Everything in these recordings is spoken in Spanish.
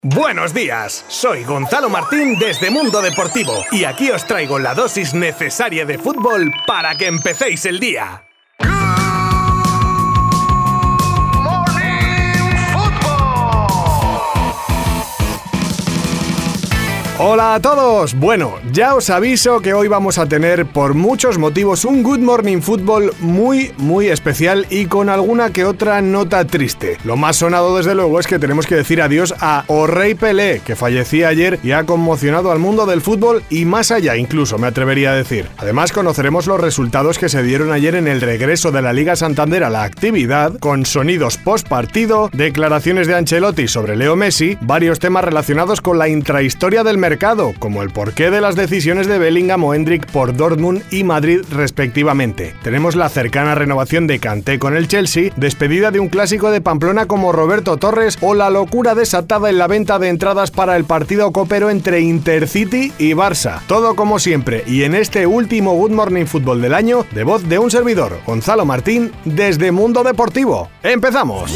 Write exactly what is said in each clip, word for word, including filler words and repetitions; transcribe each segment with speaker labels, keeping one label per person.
Speaker 1: Buenos días, soy Gonzalo Martín desde Mundo Deportivo y aquí os traigo la dosis necesaria de fútbol para que empecéis el día. Hola a todos. Bueno, ya os aviso que hoy vamos a tener por muchos motivos un Good Morning Football muy, muy especial y con alguna que otra nota triste. Lo más sonado desde luego es que tenemos que decir adiós a O Rei Pelé, que fallecía ayer y ha conmocionado al mundo del fútbol y más allá incluso, me atrevería a decir. Además conoceremos los resultados que se dieron ayer en el regreso de la Liga Santander a la actividad, con sonidos post partido, declaraciones de Ancelotti sobre Leo Messi, varios temas relacionados con la intrahistoria del mercado, como el porqué de las decisiones de Bellingham o Endrick por Dortmund y Madrid respectivamente. Tenemos la cercana renovación de Kanté con el Chelsea, despedida de un clásico de Pamplona como Roberto Torres o la locura desatada en la venta de entradas para el partido copero entre Intercity y Barça. Todo como siempre y en este último Good Morning Football del año, de voz de un servidor, Gonzalo Martín, desde Mundo Deportivo. ¡Empezamos!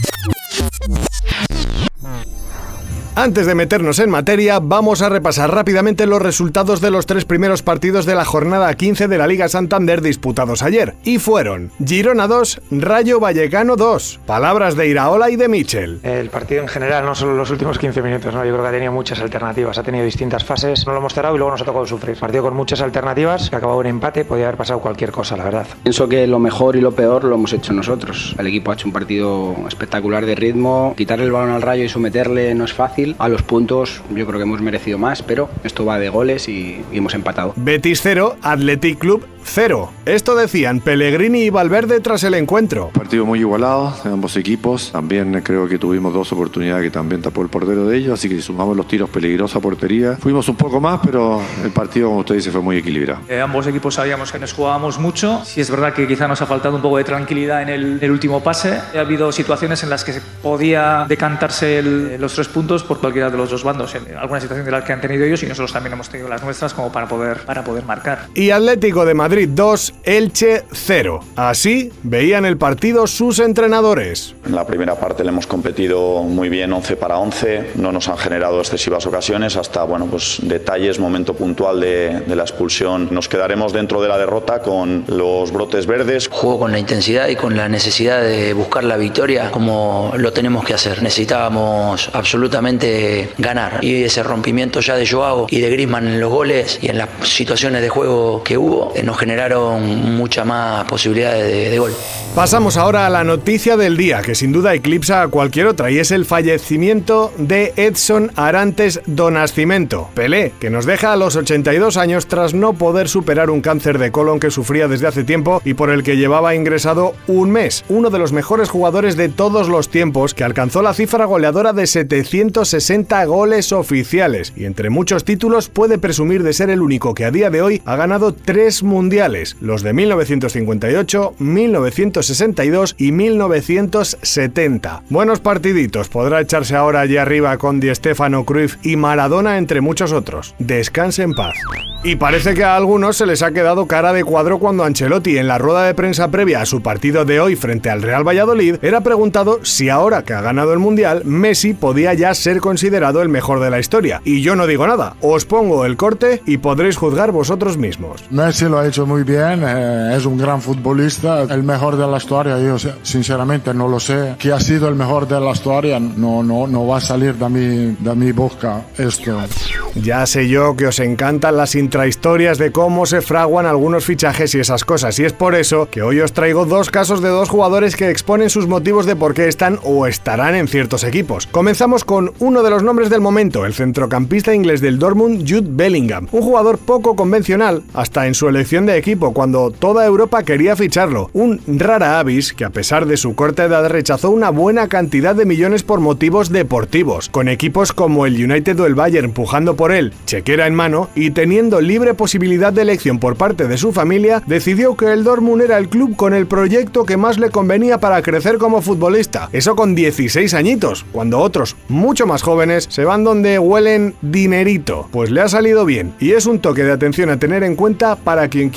Speaker 1: Antes de meternos en materia, vamos a repasar rápidamente los resultados de los tres primeros partidos de la jornada quince de la Liga Santander disputados ayer, y fueron Girona dos, Rayo Vallecano dos. Palabras de Iraola y de Michel.
Speaker 2: El partido en general, no solo los últimos quince minutos, ¿no? Yo creo que ha tenido muchas alternativas, ha tenido distintas fases, no lo hemos cerrado y luego nos ha tocado sufrir. Partido con muchas alternativas, que acabó en empate, podía haber pasado cualquier cosa, la verdad.
Speaker 3: Pienso que lo mejor y lo peor lo hemos hecho nosotros. El equipo ha hecho un partido espectacular de ritmo, quitarle el balón al Rayo y someterle no es fácil. A los puntos yo creo que hemos merecido más, pero esto va de goles y, y hemos empatado.
Speaker 1: Betis cero, Athletic Club cero. Esto decían Pellegrini y Valverde tras el encuentro.
Speaker 4: Partido muy igualado de ambos equipos. También creo que tuvimos dos oportunidades que también tapó el portero de ellos, así que si sumamos los tiros peligrosos a portería, fuimos un poco más, pero el partido, como usted dice, fue muy equilibrado.
Speaker 5: Eh, ambos equipos sabíamos que nos jugábamos mucho. Sí es verdad que quizá nos ha faltado un poco de tranquilidad en el, el último pase. Ha habido situaciones en las que podía decantarse el, los tres puntos por cualquiera de los dos bandos. En alguna situación de las que han tenido ellos y nosotros también hemos tenido las nuestras como para poder, para poder marcar.
Speaker 1: Y Atlético de Madrid dos, Elche cero. Así veían el partido sus entrenadores.
Speaker 6: En la primera parte le hemos competido muy bien, once para once. No nos han generado excesivas ocasiones hasta, bueno, pues detalles, momento puntual de, de la expulsión. Nos quedaremos dentro de la derrota con los brotes verdes.
Speaker 7: Juego con la intensidad y con la necesidad de buscar la victoria como lo tenemos que hacer. Necesitábamos absolutamente ganar y ese rompimiento ya de Joao y de Griezmann en los goles y en las situaciones de juego que hubo nos generaron mucha más posibilidades de, de gol.
Speaker 1: Pasamos ahora a la noticia del día, que sin duda eclipsa a cualquier otra, y es el fallecimiento de Edson Arantes do Nascimento, Pelé, que nos deja a los ochenta y dos años tras no poder superar un cáncer de colon que sufría desde hace tiempo y por el que llevaba ingresado un mes. Uno de los mejores jugadores de todos los tiempos, que alcanzó la cifra goleadora de setecientos sesenta goles oficiales y entre muchos títulos puede presumir de ser el único que a día de hoy ha ganado tres mundiales, los de mil novecientos cincuenta y ocho, mil novecientos sesenta y dos y mil novecientos setenta. Buenos partiditos podrá echarse ahora allí arriba con Di Stéfano, Cruyff y Maradona entre muchos otros. Descanse en paz. Y parece que a algunos se les ha quedado cara de cuadro cuando Ancelotti, en la rueda de prensa previa a su partido de hoy frente al Real Valladolid, era preguntado si ahora que ha ganado el Mundial, Messi podía ya ser considerado el mejor de la historia. Y yo no digo nada, os pongo el corte y podréis juzgar vosotros mismos.
Speaker 8: Messi lo ha hecho muy bien, eh, es un gran futbolista, el mejor de la historia. Yo sinceramente no lo sé. ¿Qué ha sido el mejor de la historia? No, no, no va a salir de mi, de mi boca esto.
Speaker 1: Ya sé yo que os encantan las intrahistorias de cómo se fraguan algunos fichajes y esas cosas, y es por eso que hoy os traigo dos casos de dos jugadores que exponen sus motivos de por qué están o estarán en ciertos equipos. Comenzamos con uno de los nombres del momento, el centrocampista inglés del Dortmund, Jude Bellingham, un jugador poco convencional, hasta en su elección de equipo, cuando toda Europa quería ficharlo, un rara avis que a pesar de su corta edad rechazó una buena cantidad de millones por motivos deportivos, con equipos como el United o el Bayern pujando por él, chequera en mano, y teniendo libre posibilidad de elección por parte de su familia, decidió que el Dortmund era el club con el proyecto que más le convenía para crecer como futbolista. Eso con dieciséis añitos, cuando otros, mucho más jóvenes, se van donde huelen dinerito. Pues le ha salido bien, y es un toque de atención a tener en cuenta para quien quiera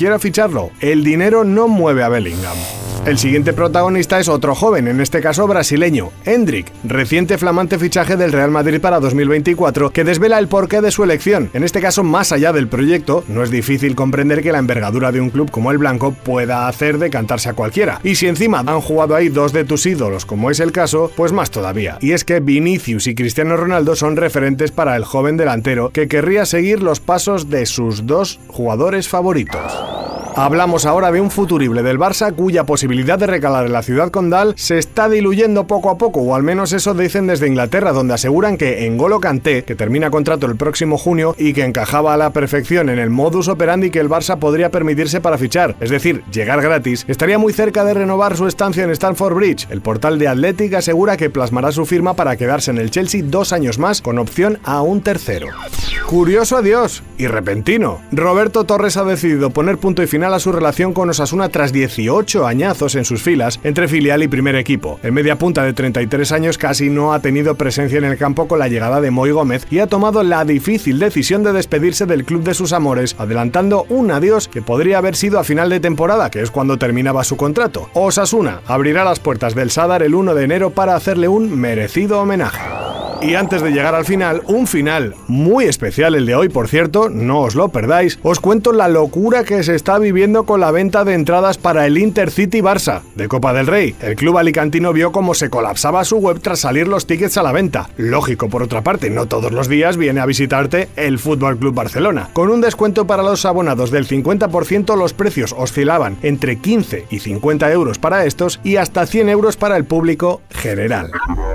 Speaker 1: quiera ficharlo. El dinero no mueve a Bellingham. El siguiente protagonista es otro joven, en este caso brasileño, Endrick, reciente flamante fichaje del Real Madrid para dos mil veinticuatro, que desvela el porqué de su elección. En este caso, más allá del proyecto, no es difícil comprender que la envergadura de un club como el blanco pueda hacer decantarse a cualquiera. Y si encima han jugado ahí dos de tus ídolos, como es el caso, pues más todavía. Y es que Vinicius y Cristiano Ronaldo son referentes para el joven delantero que querría seguir los pasos de sus dos jugadores favoritos. Hablamos ahora de un futurible del Barça cuya posibilidad de recalar en la ciudad condal se está diluyendo poco a poco, o al menos eso dicen desde Inglaterra, donde aseguran que N'Golo Kanté, que termina contrato el próximo junio y que encajaba a la perfección en el modus operandi que el Barça podría permitirse para fichar, es decir, llegar gratis, estaría muy cerca de renovar su estancia en Stamford Bridge. El portal de Athletic asegura que plasmará su firma para quedarse en el Chelsea dos años más, con opción a un tercero. Curioso adiós y repentino. Roberto Torres ha decidido poner punto y final a su relación con Osasuna tras dieciocho añazos en sus filas entre filial y primer equipo. El mediapunta de treinta y tres años casi no ha tenido presencia en el campo con la llegada de Moi Gómez y ha tomado la difícil decisión de despedirse del club de sus amores, adelantando un adiós que podría haber sido a final de temporada, que es cuando terminaba su contrato. Osasuna abrirá las puertas del Sadar el uno de enero para hacerle un merecido homenaje. Y antes de llegar al final, un final muy especial el de hoy, por cierto, no os lo perdáis, os cuento la locura que se está viviendo con la venta de entradas para el Intercity Barça de Copa del Rey. El club alicantino vio cómo se colapsaba su web tras salir los tickets a la venta. Lógico, por otra parte, no todos los días viene a visitarte el F C Barcelona. Con un descuento para los abonados del cincuenta por ciento, los precios oscilaban entre quince y cincuenta euros para estos y hasta cien euros para el público general.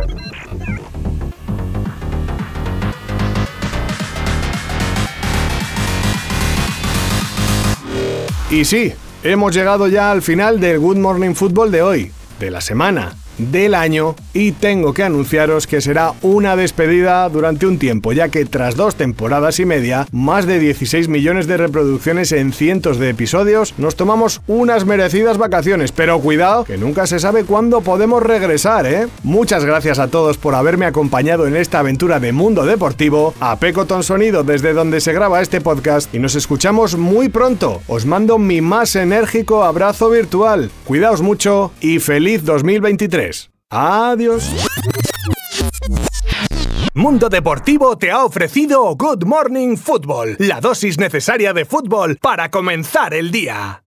Speaker 1: Y sí, hemos llegado ya al final del Good Morning Football de hoy, de la semana, del año, y tengo que anunciaros que será una despedida durante un tiempo, ya que tras dos temporadas y media, más de dieciséis millones de reproducciones en cientos de episodios, nos tomamos unas merecidas vacaciones, pero cuidado, que nunca se sabe cuándo podemos regresar, ¿eh? Muchas gracias a todos por haberme acompañado en esta aventura de Mundo Deportivo, a Pecoton Sonido desde donde se graba este podcast, y nos escuchamos muy pronto. Os mando mi más enérgico abrazo virtual. Cuidaos mucho y feliz dos mil veintitrés. Adiós. Mundo Deportivo te ha ofrecido Good Morning Football, la dosis necesaria de fútbol para comenzar el día.